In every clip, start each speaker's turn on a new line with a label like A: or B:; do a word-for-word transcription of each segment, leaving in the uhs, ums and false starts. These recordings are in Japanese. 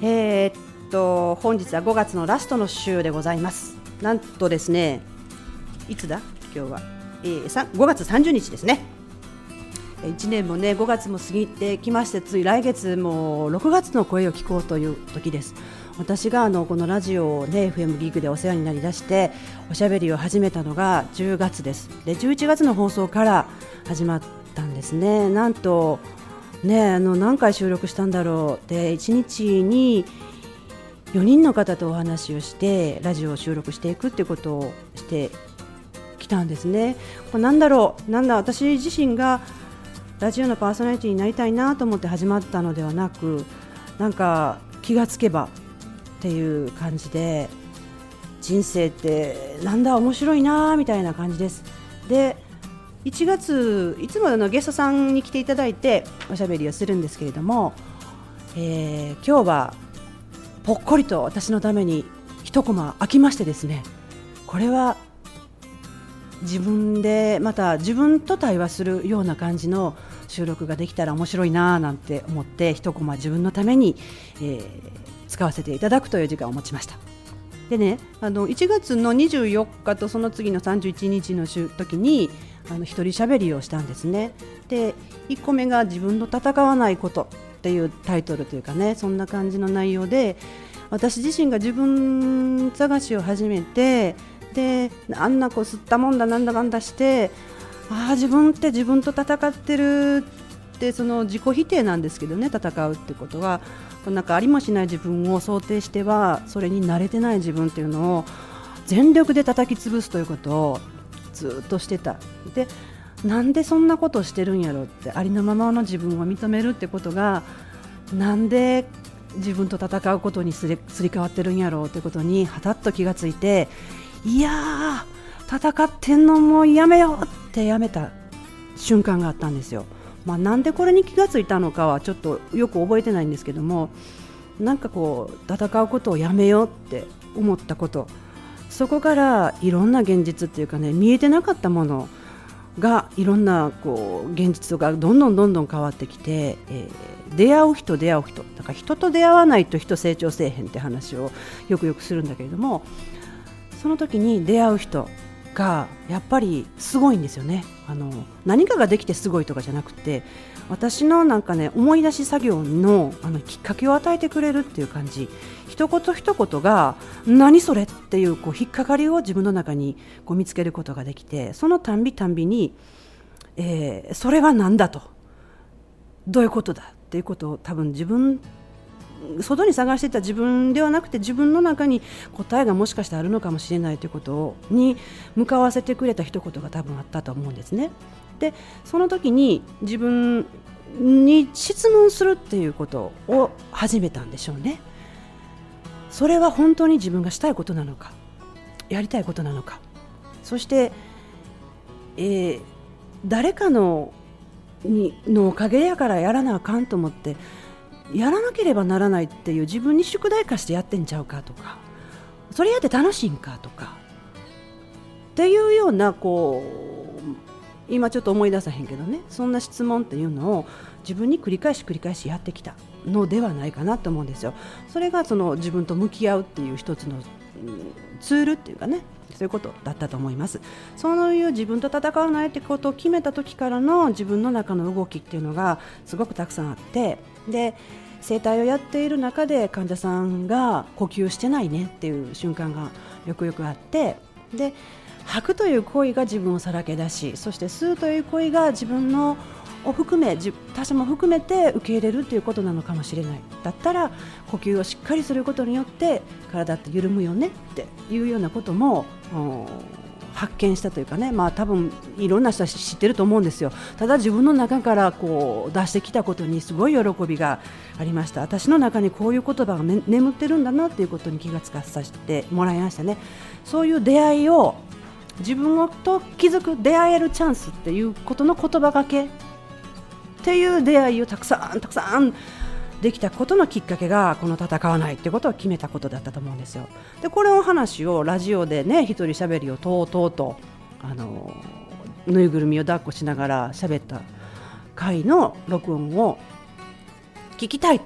A: えー、っと本日はごがつのラストの週でございます。なんとですね、いつだ今日は、えー、ごがつさんじゅうにちですね。いちねんもねごがつも過ぎてきまして、つい来月もろくがつの声を聞こうという時です。私があのこのラジオを、ね、エフエム ギグでお世話になりだしておしゃべりを始めたのがじゅうがつです。でじゅういちがつの放送から始まったんですね。なんとね、あの何回収録したんだろう。でいちにちによにんの方とお話をしてラジオを収録していくっていうことをしてきたんですね。これなんだろう、なんだ私自身がラジオのパーソナリティになりたいなと思って始まったのではなく、なんか気がつけばっていう感じで、人生ってなんだ面白いなみたいな感じです。でいちがついつものゲストさんに来ていただいておしゃべりをするんですけれども、えー、今日はぽっこりと私のために一コマ空きましてですね、これは自分でまた自分と対話するような感じの収録ができたら面白いななんて思って一コマ自分のために、えー、使わせていただくという時間を持ちました。でね、あのいちがつのにじゅうよっかとその次のさんじゅういちにちの時にあの一人喋りをしたんですね。でいっこめが自分と戦わないことっていうタイトルというかね、そんな感じの内容で、私自身が自分探しを始めて、であんなこう吸ったもんだなんだかんだして、ああ自分って自分と戦ってるって、その自己否定なんですけどね、戦うってことはなんかありもしない自分を想定してはそれに慣れてない自分っていうのを全力で叩き潰すということをずっとしてた。でなんでそんなことをしてるんやろって、ありのままの自分を認めるってことがなんで自分と戦うことにすり、すり替わってるんやろうってことにはたっと気がついて、いやー戦ってんのもうやめようってやめた瞬間があったんですよ。まあ、なんでこれに気がついたのかはちょっとよく覚えてないんですけども、なんかこう戦うことをやめようって思ったこと、そこからいろんな現実っていうかね、見えてなかったものがいろんなこう現実がどんどんどんどん変わってきて、えー、出会う人出会う人だから、人と出会わないと人成長せえへんって話をよくよくするんだけれども、その時に出会う人がやっぱりすごいんですよね。あの何かができてすごいとかじゃなくて、私のなんかね思い出し作業 の, あのきっかけを与えてくれるっていう感じ、一言一言が何それっていう、こう引っかかりを自分の中にこう見つけることができて、そのたんびたんびに、えー、それは何だと、どういうことだっていうことを多分自分外に探していた自分ではなくて、自分の中に答えがもしかしてあるのかもしれないということに向かわせてくれた一言が多分あったと思うんですね。でその時に自分に質問するっていうことを始めたんでしょうね。それは本当に自分がしたいことなのか、やりたいことなのか、そして、えー、誰かのにのおかげやからやらなあかんと思ってやらなければならないっていう自分に宿題化してやってんちゃうかとか、それやって楽しいんかとかっていうような、こう今ちょっと思い出さへんけどね、そんな質問っていうのを自分に繰り返し繰り返しやってきたのではないかなと思うんですよ。それがその自分と向き合うっていう一つの、うん、ツールっていうかね、そういうことだったと思います。そういう自分と戦わないってことを決めた時からの自分の中の動きっていうのがすごくたくさんあって、で整体をやっている中で患者さんが呼吸してないねっていう瞬間がよくよくあって、で吐くという行為が自分をさらけ出し、そして吸うという行為が自分のを含め他者も含めて受け入れるということなのかもしれない。だったら呼吸をしっかりすることによって体って緩むよねっていうようなことも発見したというかね、まあ多分いろんな人は知ってると思うんですよ。ただ自分の中からこう出してきたことにすごい喜びがありました。私の中にこういう言葉が、ね、眠ってるんだなっていうことに気がつかさせてもらいましたね。そういう出会いを自分と気づく、出会えるチャンスっていうことの言葉がけっていう出会いをたくさんたくさんできたことのきっかけが、この戦わないってことを決めたことだったと思うんですよ。でこれの話をラジオでね、一人喋りをとうとうとあのぬいぐるみを抱っこしながら喋った回の録音を聞きたいと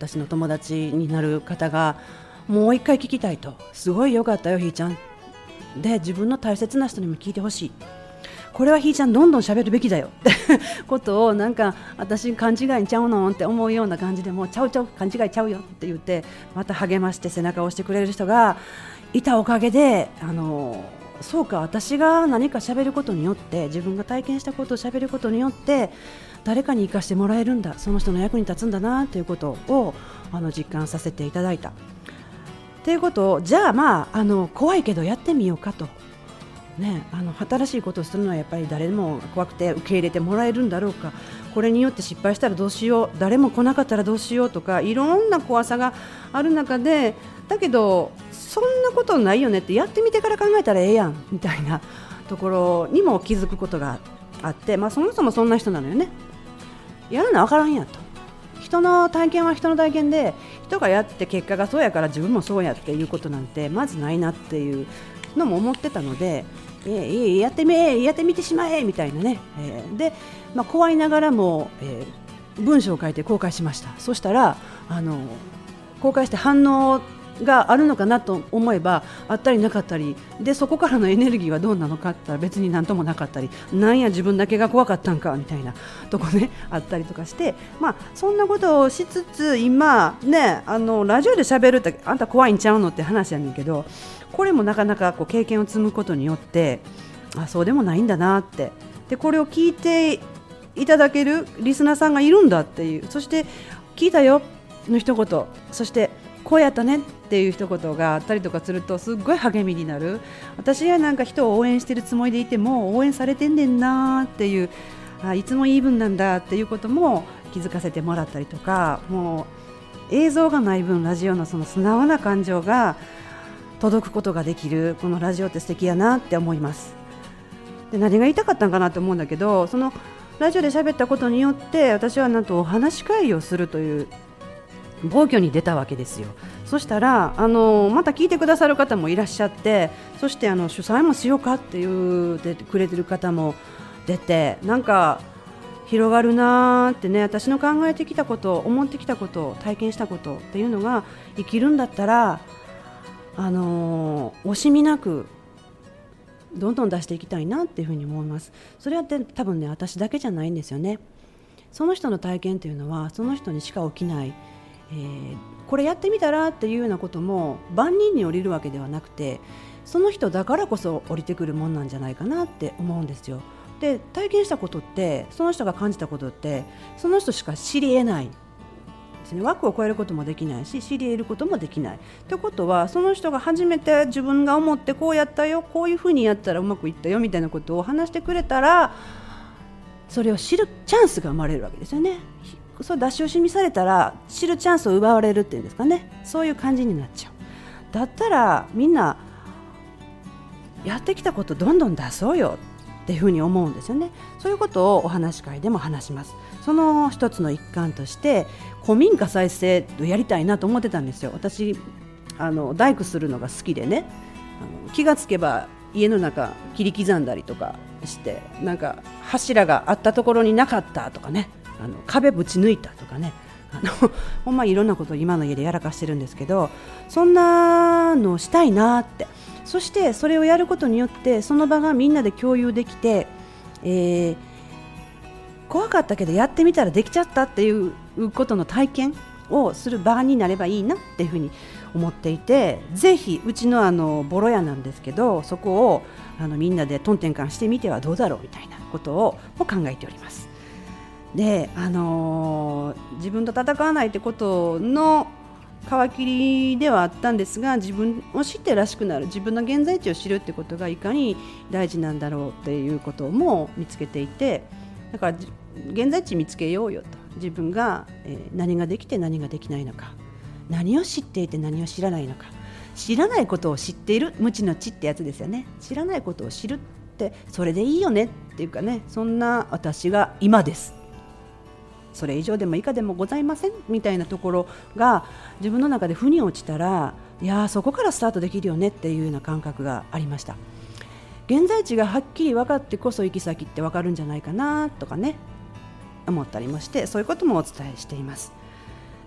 A: 私の友達になる方がもう一回聞きたいと、すごい良かったよひーちゃんで、自分の大切な人にも聞いてほしい、これはひーちゃんどんどん喋るべきだよってことを、なんか私勘違いちゃうのって思うような感じでも、ちゃうちゃう勘違いちゃうよって言ってまた励まして背中を押してくれる人がいたおかげで、あのそうか、私が何か喋ることによって、自分が体験したことを喋ることによって誰かに生かしてもらえるんだ、その人の役に立つんだなということをあの実感させていただいたということを、じゃあまあ、あの怖いけどやってみようかと、ね、あの新しいことをするのはやっぱり誰も怖くて受け入れてもらえるんだろうか、これによって失敗したらどうしよう、誰も来なかったらどうしようとか、いろんな怖さがある中で、だけどそんなことないよねって、やってみてから考えたらええやんみたいなところにも気づくことがあって、まあ、そもそもそんな人なのよね。やるの分からんやと、人の体験は人の体験で、人がやって結果がそうやから自分もそうやっていうことなんてまずないなっていうのも思ってたので、えー、やってみやってみてしまえみたいなね、えー、で、まあ、怖いながらも、えー、文章を書いて公開しました。そしたらあの公開して反応があるのかなと思えばあったりなかったりで、そこからのエネルギーはどうなのかって言ったら別になんともなかったり、なんや自分だけが怖かったんかみたいなとこねあったりとかして、まあ、そんなことをしつつ今ね、あのラジオで喋るってあんた怖いんちゃうのって話やねんけど、これもなかなかこう経験を積むことによって、あ、そうでもないんだなって、でこれを聞いていただけるリスナーさんがいるんだっていう、そして聞いたよの一言、そしてこうやったねっていう一言があったりとかするとすっごい励みになる。私はなんか人を応援してるつもりでいても応援されてんねんなっていう、あ、いつもいい分なんだっていうことも気づかせてもらったりとか、もう映像がない分ラジオのその素直な感情が届くことができる、このラジオって素敵やなって思います。で、何が言いたかったんかなと思うんだけど、そのラジオで喋ったことによって私はなんとお話し会をするという暴挙に出たわけですよ。そしたらあのまた聞いてくださる方もいらっしゃって、そしてあの主催もしようかって言ってくれてる方も出て、なんか広がるなーってね、私の考えてきたこと、思ってきたこと、体験したことっていうのが生きるんだったら、あのー、惜しみなくどんどん出していきたいなっていうふうに思います。それはって多分ね、私だけじゃないんですよね。その人の体験というのはその人にしか起きない、えー、これやってみたらっていうようなことも万人に降りるわけではなくて、その人だからこそ降りてくるもんなんじゃないかなって思うんですよ。で、体験したことって、その人が感じたことってその人しか知り得ないですね。枠を超えることもできないし、知り得ることもできないってことは、その人が初めて自分が思ってこうやったよ、こういうふうにやったらうまくいったよみたいなことを話してくれたら、それを知るチャンスが生まれるわけですよね。そう出し惜しみされたら知るチャンスを奪われるっていうんですかね、そういう感じになっちゃう。だったらみんなやってきたことどんどん出そうよっていうふうに思うんですよね。そういうことをお話し会でも話します。その一つの一環として古民家再生をやりたいなと思ってたんですよ。私あの大工するのが好きでね、あの気がつけば家の中切り刻んだりとかして、なんか柱があったところになかったとかね、あの壁ぶち抜いたとかね、あのほんまいろんなことを今の家でやらかしてるんですけど、そんなのをしたいなって。そしてそれをやることによってその場がみんなで共有できて、えー、怖かったけどやってみたらできちゃったっていうことの体験をする場になればいいなっていうふうに思っていて、ぜひうちのあのボロ屋なんですけど、そこをあのみんなでトンテンカンしてみてはどうだろうみたいなことをも考えております。で、あのー、自分と戦わないってことの皮切りではあったんですが、自分を知ってらしくなる、自分の現在地を知るってことがいかに大事なんだろうっていうことも見つけていて、だから現在地見つけようよと、自分が、えー、何ができて何ができないのか、何を知っていて何を知らないのか、知らないことを知っている、無知の知ってやつですよね。知らないことを知るってそれでいいよねっていうかね、そんな私が今です、それ以上でも以下でもございませんみたいなところが自分の中で腑に落ちたら、いやそこからスタートできるよねっていうような感覚がありました。現在地がはっきり分かってこそ行き先って分かるんじゃないかなとかね思ったりもして、そういうこともお伝えしています。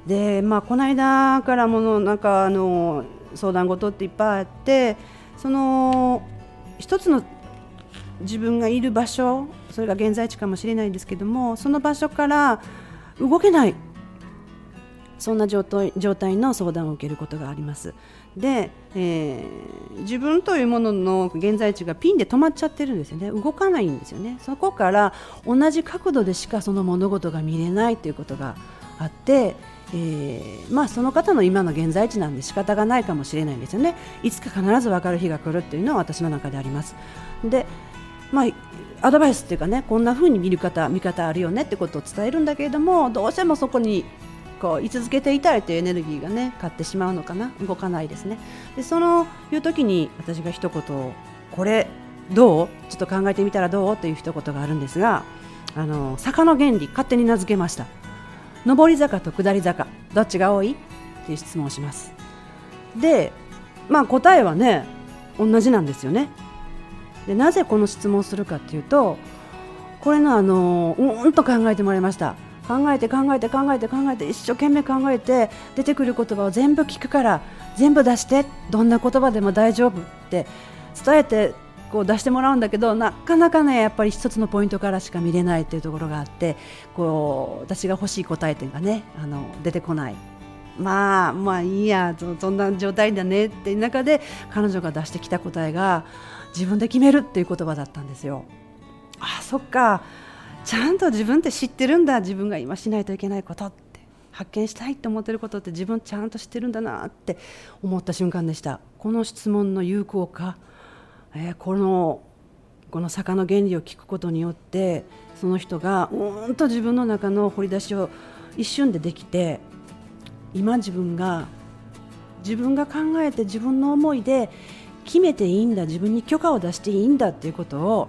A: で、まあ、この間からものなんかあの相談事っていっぱいあって、その一つの自分がいる場所、それが現在地かもしれないんですけども、その場所から動けない、そんな状態、状態の相談を受けることがあります。で、えー、自分というものの現在地がピンで止まっちゃってるんですよね。動かないんですよね。そこから同じ角度でしかその物事が見れないということがあって、えーまあ、その方の今の現在地なんで仕方がないかもしれないんですよね。いつか必ず分かる日が来るっていうのは私の中であります。で、まあ、アドバイスっていうかね、こんな風に見る方見方あるよねってことを伝えるんだけれども、どうしてもそこにこう居続けていたいというエネルギーがね勝ってしまうのかな、動かないですね。で、そのいう時に私が一言、これどう、ちょっと考えてみたらどうという一言があるんですが、あの坂の原理、勝手に名付けました。上り坂と下り坂、どっちが多いっていう質問をします。で、まあ、答えはね同じなんですよね。で、なぜこの質問をするかっていうと、これのあのうーんと考えてもらいました。考えて考えて考えて考えて一生懸命考えて、出てくる言葉を全部聞くから全部出して、どんな言葉でも大丈夫って伝えてこう出してもらうんだけど、なかなかねやっぱり一つのポイントからしか見れないっていうところがあって、こう私が欲しい答え点がねあの出てこない。まあまあいいや、 そ, そんな状態だねっていう中で彼女が出してきた答えが自分で決めるっていう言葉だったんですよ。あ、そっか、ちゃんと自分って知ってるんだ、自分が今しないといけないことって、発見したいと思ってることって自分ちゃんと知ってるんだなって思った瞬間でした。この質問の有効化、えー、このこの坂の原理を聞くことによって、その人がうーんと自分の中の掘り出しを一瞬でできて、今自分が自分が考えて自分の思いで決めていいんだ、自分に許可を出していいんだっていうことを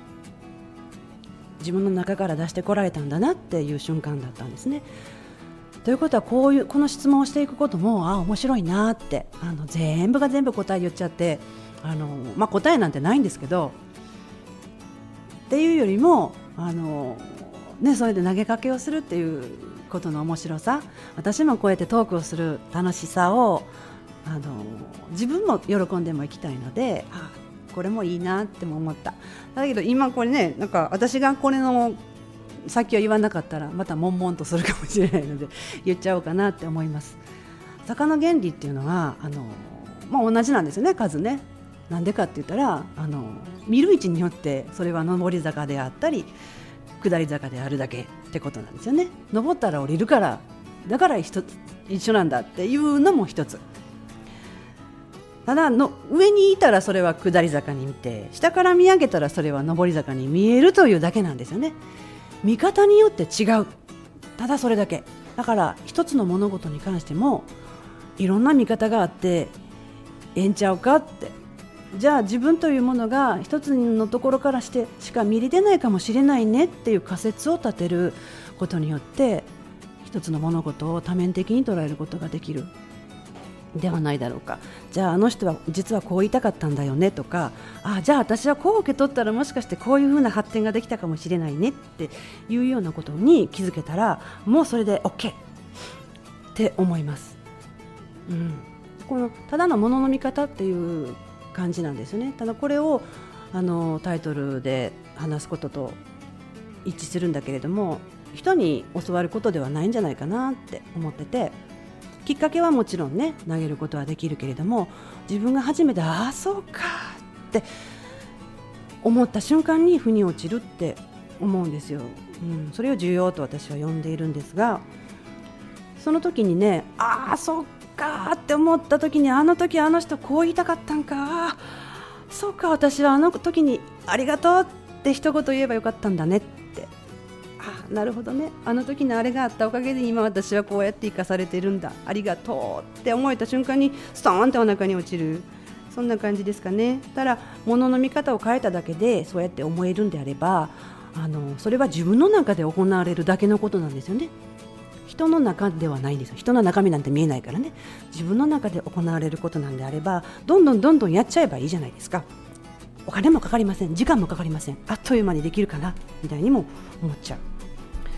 A: 自分の中から出してこられたんだなっていう瞬間だったんですね。ということは、こういうこの質問をしていくことも、あ、面白いなって、あの全部が全部答え言っちゃって、あの、まあ、答えなんてないんですけど、っていうよりもあの、ね、それで投げかけをするっていうことの面白さ、私もこうやってトークをする楽しさをあの自分も喜んでもいきたいので、あ、これもいいなっても思った。だけど今これね、なんか私がこれの先を言わなかったらまた悶々とするかもしれないので言っちゃおうかなって思います。坂の原理っていうのはあの、まあ、同じなんですよね、数ね。なんでかって言ったら、あの見る位置によってそれは上り坂であったり下り坂であるだけってことなんですよね。登ったら降りるから、だから一つ一緒なんだっていうのも一つ。ただの上にいたらそれは下り坂に見て、下から見上げたらそれは上り坂に見えるというだけなんですよね。見方によって違う、ただそれだけだから、一つの物事に関してもいろんな見方があってええんちゃうかって。じゃあ自分というものが一つのところからしてしか見れてないかもしれないねっていう仮説を立てることによって、一つの物事を多面的に捉えることができるではないだろうか。じゃああの人は実はこう言いたかったんだよねとか、あ、じゃあ私はこう受け取ったらもしかしてこういう風な発展ができたかもしれないねっていうようなことに気づけたら、もうそれで OK って思います。うん、このただの物の見方っていう感じなんですよね。ただこれをあのタイトルで話すことと一致するんだけれども、人に教わることではないんじゃないかなって思ってて、きっかけはもちろんね投げることはできるけれども、自分が初めてああそうかって思った瞬間に腑に落ちるって思うんですよ。うん、それを重要と私は呼んでいるんですが、その時にね、ああそうかって思った時に、あの時あの人こう言いたかったんか、そうか私はあの時にありがとうって一言言えばよかったんだねって、あ、なるほどね、あの時のあれがあったおかげで今私はこうやって生かされてるんだ、ありがとうって思えた瞬間にストーンってお腹に落ちる、そんな感じですかね。ただ物の見方を変えただけでそうやって思えるんであれば、あのそれは自分の中で行われるだけのことなんですよね。人の中ではないんですよ。人の中身なんて見えないからね。自分の中で行われることなんであれば、どんどんどんどんやっちゃえばいいじゃないですか。お金もかかりません、時間もかかりません、あっという間にできるかなみたいにも思っちゃう。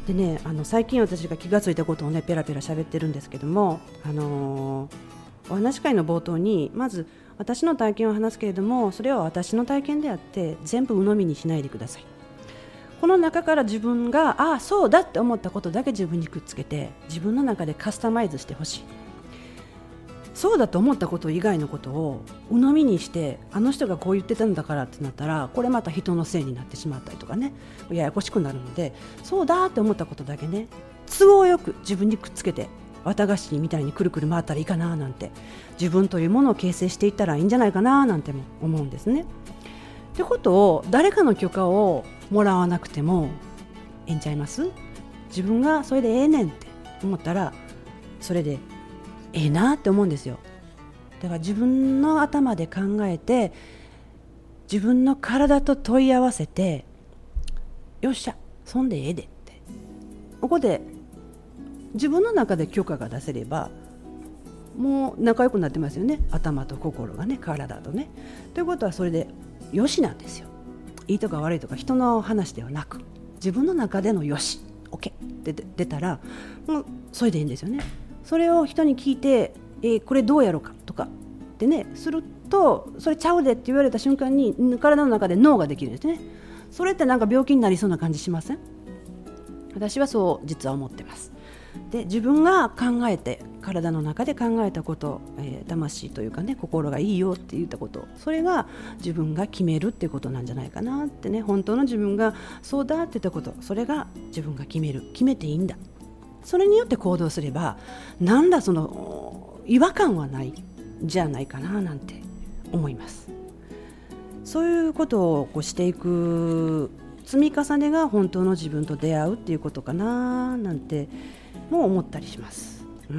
A: でね、あの最近私が気がついたことをねペラペラ喋ってるんですけども、あのー、お話し会の冒頭にまず私の体験を話すけれども、それは私の体験であって全部鵜呑みにしないでください。この中から自分がああそうだって思ったことだけ自分にくっつけて自分の中でカスタマイズしてほしい。そうだと思ったこと以外のことを鵜呑みにして、あの人がこう言ってたんだからってなったら、これまた人のせいになってしまったりとかね、ややこしくなるので、そうだって思ったことだけね都合よく自分にくっつけて、綿菓子みたいにくるくる回ったらいいかななんて、自分というものを形成していったらいいんじゃないかななんても思うんですね。ってことを誰かの許可をもらわなくてもええんちゃいます？自分がそれでええねんって思ったらそれでええなって思うんですよ。だから自分の頭で考えて、自分の体と問い合わせて、よっしゃそんでええでって、ここで自分の中で許可が出せればもう仲良くなってますよね。頭と心がね、体とね。ということはそれでよしなんですよ。いいとか悪いとか人の話ではなく、自分の中でのよし OK って出たらもうそれでいいんですよね。それを人に聞いて、えー、これどうやろうかとかってねすると、それちゃうでって言われた瞬間に体の中で脳ができるんですね。それってなんか病気になりそうな感じしません？私はそう実は思ってます。で、自分が考えて体の中で考えたこと、えー、魂というかね、心がいいよって言ったこと、それが自分が決めるっていうことなんじゃないかなってね。本当の自分がそうだって言ったこと、それが自分が決める、決めていいんだ。それによって行動すればなんだその違和感はないじゃないかななんて思います。そういうことをこうしていく積み重ねが本当の自分と出会うっていうことかななんても思ったりします。うん、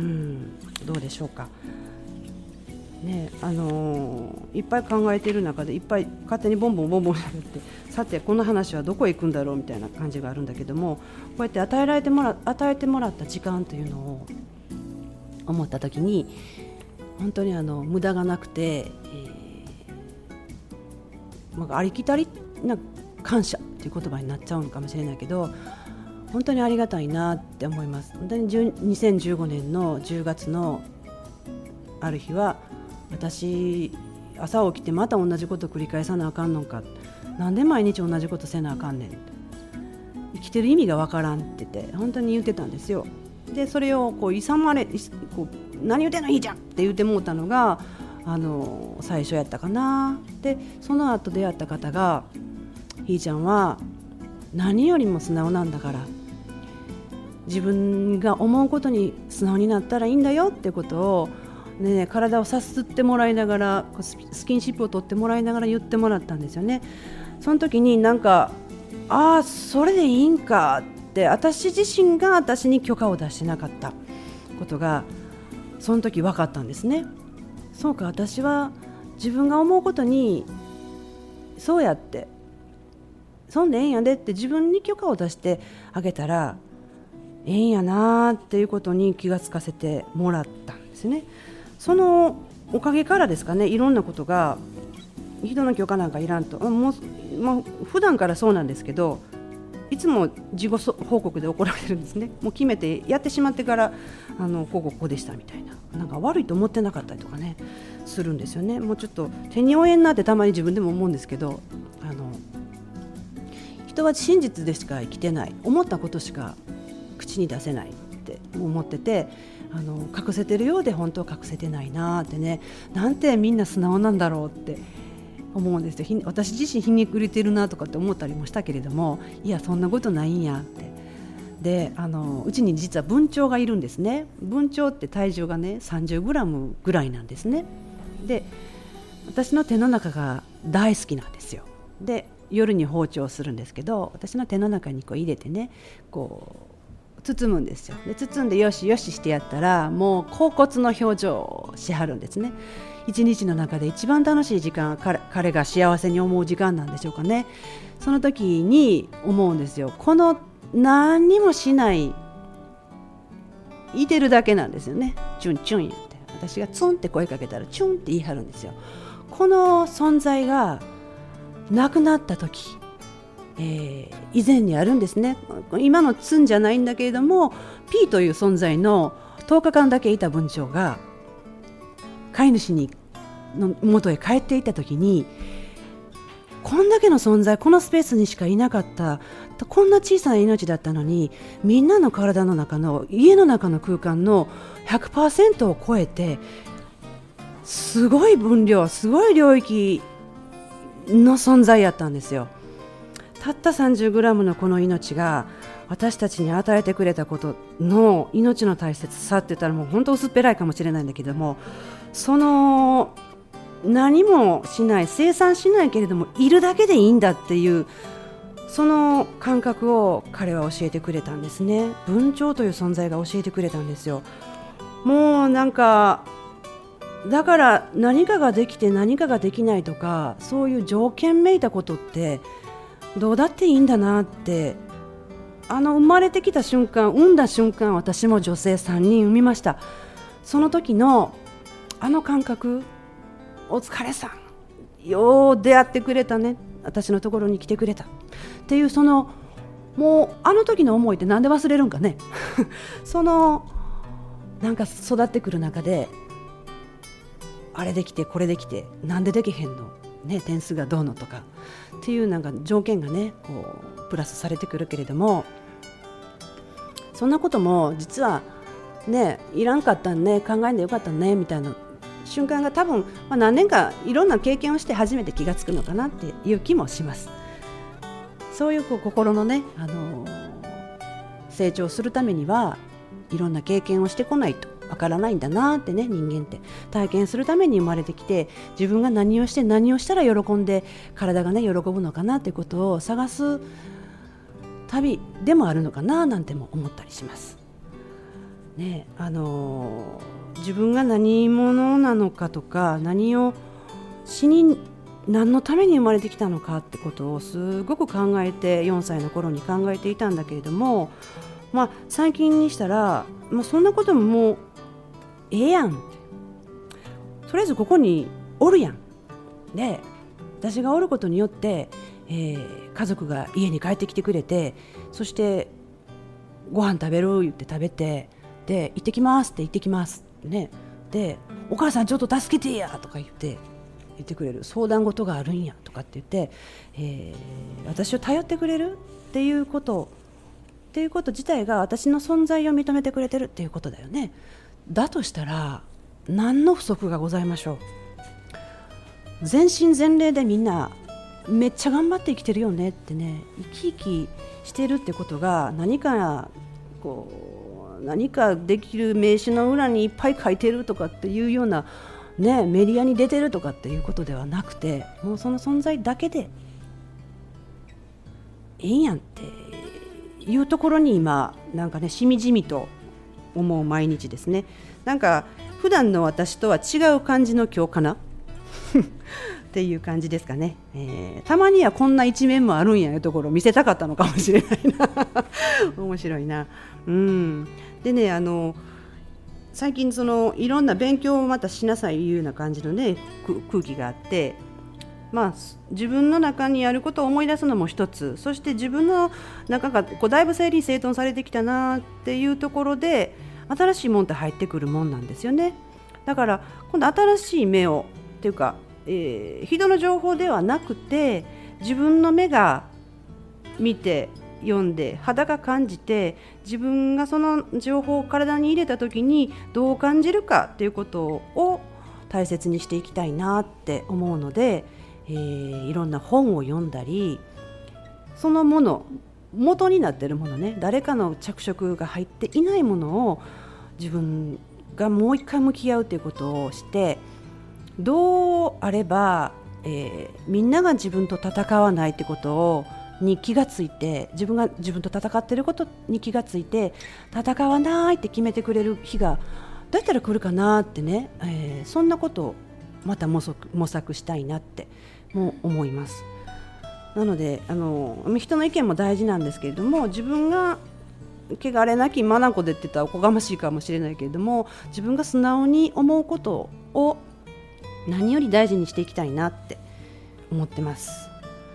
A: どうでしょうかね。あのー、いっぱい考えている中でいっぱい勝手にボンボンボンボンやって、さてこの話はどこへ行くんだろうみたいな感じがあるんだけども、こうやって与えられてもら与えてもらった時間というのを思った時に本当にあの無駄がなくて、えーまあ、ありきたりな感謝っていう言葉になっちゃうのかもしれないけど、本当にありがたいなって思います。本当ににせんじゅうごねんのじゅうがつのある日は、私朝起きてまた同じこと繰り返さなあかんのか、なんで毎日同じことせなあかんねん、生きてる意味がわからんって言って本当に言ってたんですよ。でそれをこう勇まれこう何言ってんのいいじゃんって言ってもうたのがあの最初やったかな。でその後出会った方が、ひーちゃんは何よりも素直なんだから、自分が思うことに素直になったらいいんだよってことを、ね、体をさすってもらいながら、スキンシップを取ってもらいながら言ってもらったんですよね。その時になんか、ああそれでいいんかって、私自身が私に許可を出してなかったことがその時分かったんですね。そうか、私は自分が思うことにそうやってそんでええんやでって自分に許可を出してあげたらええんやなっていうことに気がつかせてもらったんですね。そのおかげからですかね、いろんなことが人の許可なんかいらんと、もう、もう普段からそうなんですけど、いつも事後報告で怒られるんですね。もう決めてやってしまってからあのこうこうこうでしたみたいな、なんか悪いと思ってなかったりとかねするんですよね。もうちょっと手に負えんなってたまに自分でも思うんですけど、あの人は真実でしか生きてない、思ったことしか口に出せないって思ってて、あの隠せてるようで本当は隠せてないなってね、なんてみんな素直なんだろうって思うんですよ。私自身皮肉れてるなとかって思ったりもしたけれども、いやそんなことないんやって。であのうちに実は文鳥がいるんですね。文鳥って体重がねさんじゅうグラムぐらいなんですね。で私の手の中が大好きなんですよ。で夜に放鳥するんですけど、私の手の中にこう入れてね、こう包むんですよ。で包んでよしよししてやったら、もう恍惚の表情をしはるんですね。一日の中で一番楽しい時間、彼、彼が幸せに思う時間なんでしょうかね。その時に思うんですよ。この何にもしないいてるだけなんですよね。チュンチュン言って、私がツンって声かけたらチュンって言い張るんですよ。この存在がなくなった時、 えー、以前にあるんですね。今のツンじゃないんだけれども P という存在のとおかかんだけいた文鳥が飼い主にの元へ帰っていった時に、こんだけの存在、このスペースにしかいなかった、こんな小さな命だったのに、みんなの体の中の家の中の空間の ひゃくパーセント を超えて、すごい分量、すごい領域の存在やったんですよ。たった さんじゅうグラム のこの命が私たちに与えてくれたことの命の大切さって言ったらもう本当薄っぺらいかもしれないんだけども、その何もしない、生産しないけれどもいるだけでいいんだっていうその感覚を彼は教えてくれたんですね。文鳥という存在が教えてくれたんですよ。もうなんかだから何かができて何かができないとか、そういう条件めいたことってどうだっていいんだなって、あの生まれてきた瞬間、産んだ瞬間、私も女性さんにん産みました。その時のあの感覚、お疲れさん、よう出会ってくれたね、私のところに来てくれたっていう、そのもうあの時の思いってなんで忘れるんかねそのなんか育ってくる中で、あれできてこれできてなんでできへんの、ね、点数がどうのとかっていうなんか条件がねこうプラスされてくるけれども、そんなことも実はねいらんかったんね、考えんでよかったねみたいな瞬間が多分、まあ、何年かいろんな経験をして初めて気がつくのかなっていう気もします。そういう、こう心のね、あのー、成長するためにはいろんな経験をしてこないとわからないんだなってね。人間って体験するために生まれてきて、自分が何をして何をしたら喜んで体がね喜ぶのかなってことを探す旅でもあるのかななんても思ったりしますね。あのー自分が何者なのかとか、何をしに何のために生まれてきたのかってことをすごく考えて、よんさいの頃に考えていたんだけれども、まあ、最近にしたら、まあ、そんなことももうええやんって、とりあえずここにおるやんで、私がおることによって、えー、家族が家に帰ってきてくれて、そしてご飯食べる言って食べて、で行ってきますって行ってきますね、でお母さんちょっと助けてやとか言って言ってくれる、相談事があるんやとかって言って、えー、私を頼ってくれるっていうことっていうこと自体が私の存在を認めてくれてるっていうことだよね。だとしたら何の不足がございましょう。全身全霊でみんなめっちゃ頑張って生きてるよねってね、生き生きしてるってことが何かこう何かできる名刺の裏にいっぱい書いてるとかっていうような、ね、メディアに出てるとかっていうことではなくて、もうその存在だけでええんやんっていうところに今なんかねしみじみと思う毎日ですね。なんか普段の私とは違う感じの今日かなっていう感じですかね、えー、たまにはこんな一面もあるんやいうところを見せたかったのかもしれないな面白いな。うんでね、あの最近そのいろんな勉強をまたしなさいいうような感じのね空気があって、まあ、自分の中にあることを思い出すのも一つ、そして自分の中がこうだいぶ整理整頓されてきたなっていうところで新しいもんって入ってくるもんなんですよね。だから今度新しい目をっていうか、えー、人の情報ではなくて自分の目が見て読んで肌が感じて、自分がその情報を体に入れた時にどう感じるかっていうことを大切にしていきたいなって思うので、えー、いろんな本を読んだり、そのもの元になっているものね、誰かの着色が入っていないものを自分がもう一回向き合うということをして、どうあれば、えー、みんなが自分と戦わないってことをに気がついて、自分が自分と戦っていることに気がついて戦わないって決めてくれる日がどうやったら来るかなってね、えー、そんなことをまた模索、模索したいなっても思います。なのであの人の意見も大事なんですけれども、自分が汚れなき眼でって言ったらおこがましいかもしれないけれども、自分が素直に思うことを何より大事にしていきたいなって思ってます。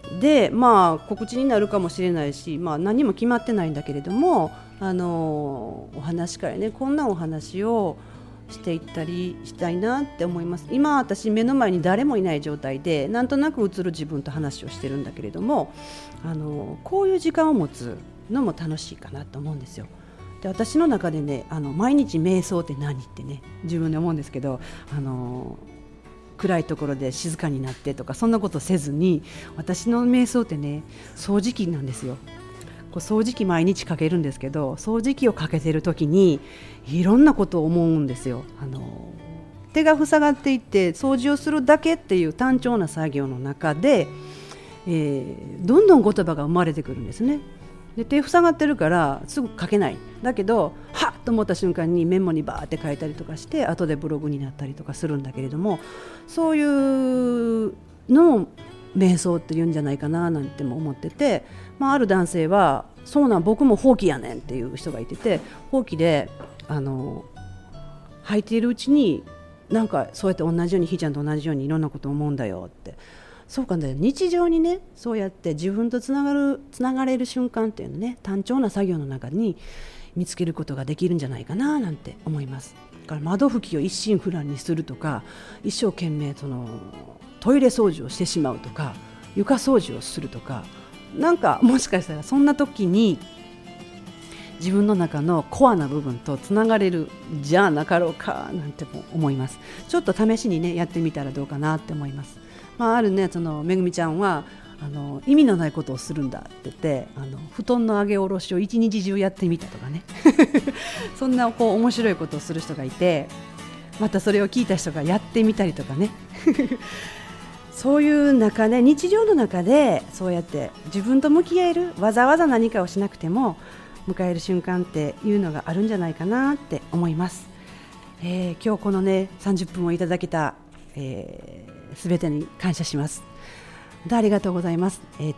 A: でまあ告知になるかもしれないし、まあ、何も決まってないんだけれども、あのお話からねこんなお話をしていったりしたいなって思います。今私目の前に誰もいない状態でなんとなく映る自分と話をしてるんだけれども、あのこういう時間を持つのも楽しいかなと思うんですよ。で私の中でね、あの毎日瞑想って何ってね自分で思うんですけど、あの暗いところで静かになってとかそんなことせずに、私の瞑想ってね掃除機なんですよ。こう掃除機毎日かけるんですけど、掃除機をかけてる時にいろんなことを思うんですよ。あの手が塞がっていって掃除をするだけっていう単調な作業の中で、えー、どんどん言葉が生まれてくるんですね。で手塞がってるからすぐ書けない。だけどはっと思った瞬間にメモにバーって書いたりとかして後でブログになったりとかするんだけれども、そういうのを瞑想って言うんじゃないかななんても思ってて、まあ、ある男性はそうなん僕も放棄やねんっていう人がいてて、放棄であの履いているうちになんかそうやって同じようにひーちゃんと同じようにいろんなこと思うんだよって。そうかね、日常にねそうやって自分とつながるつながれる瞬間っていうのね、単調な作業の中に見つけることができるんじゃないかななんて思います。だから窓拭きを一心不乱にするとか、一生懸命そのトイレ掃除をしてしまうとか、床掃除をするとか、なんかもしかしたらそんな時に自分の中のコアな部分とつながれるじゃなかろうかなんても思います。ちょっと試しにねやってみたらどうかなって思います。まあ、あるねそのめぐみちゃんはあの意味のないことをするんだって言って、あの布団の上げ下ろしを一日中やってみたとかねそんなこう面白いことをする人がいて、またそれを聞いた人がやってみたりとかねそういう中で日常の中でそうやって自分と向き合える、わざわざ何かをしなくても迎える瞬間っていうのがあるんじゃないかなって思います。えー、今日このねさんじゅっぷんをいただけた、えー、全てに感謝します。ありがとうございます。えー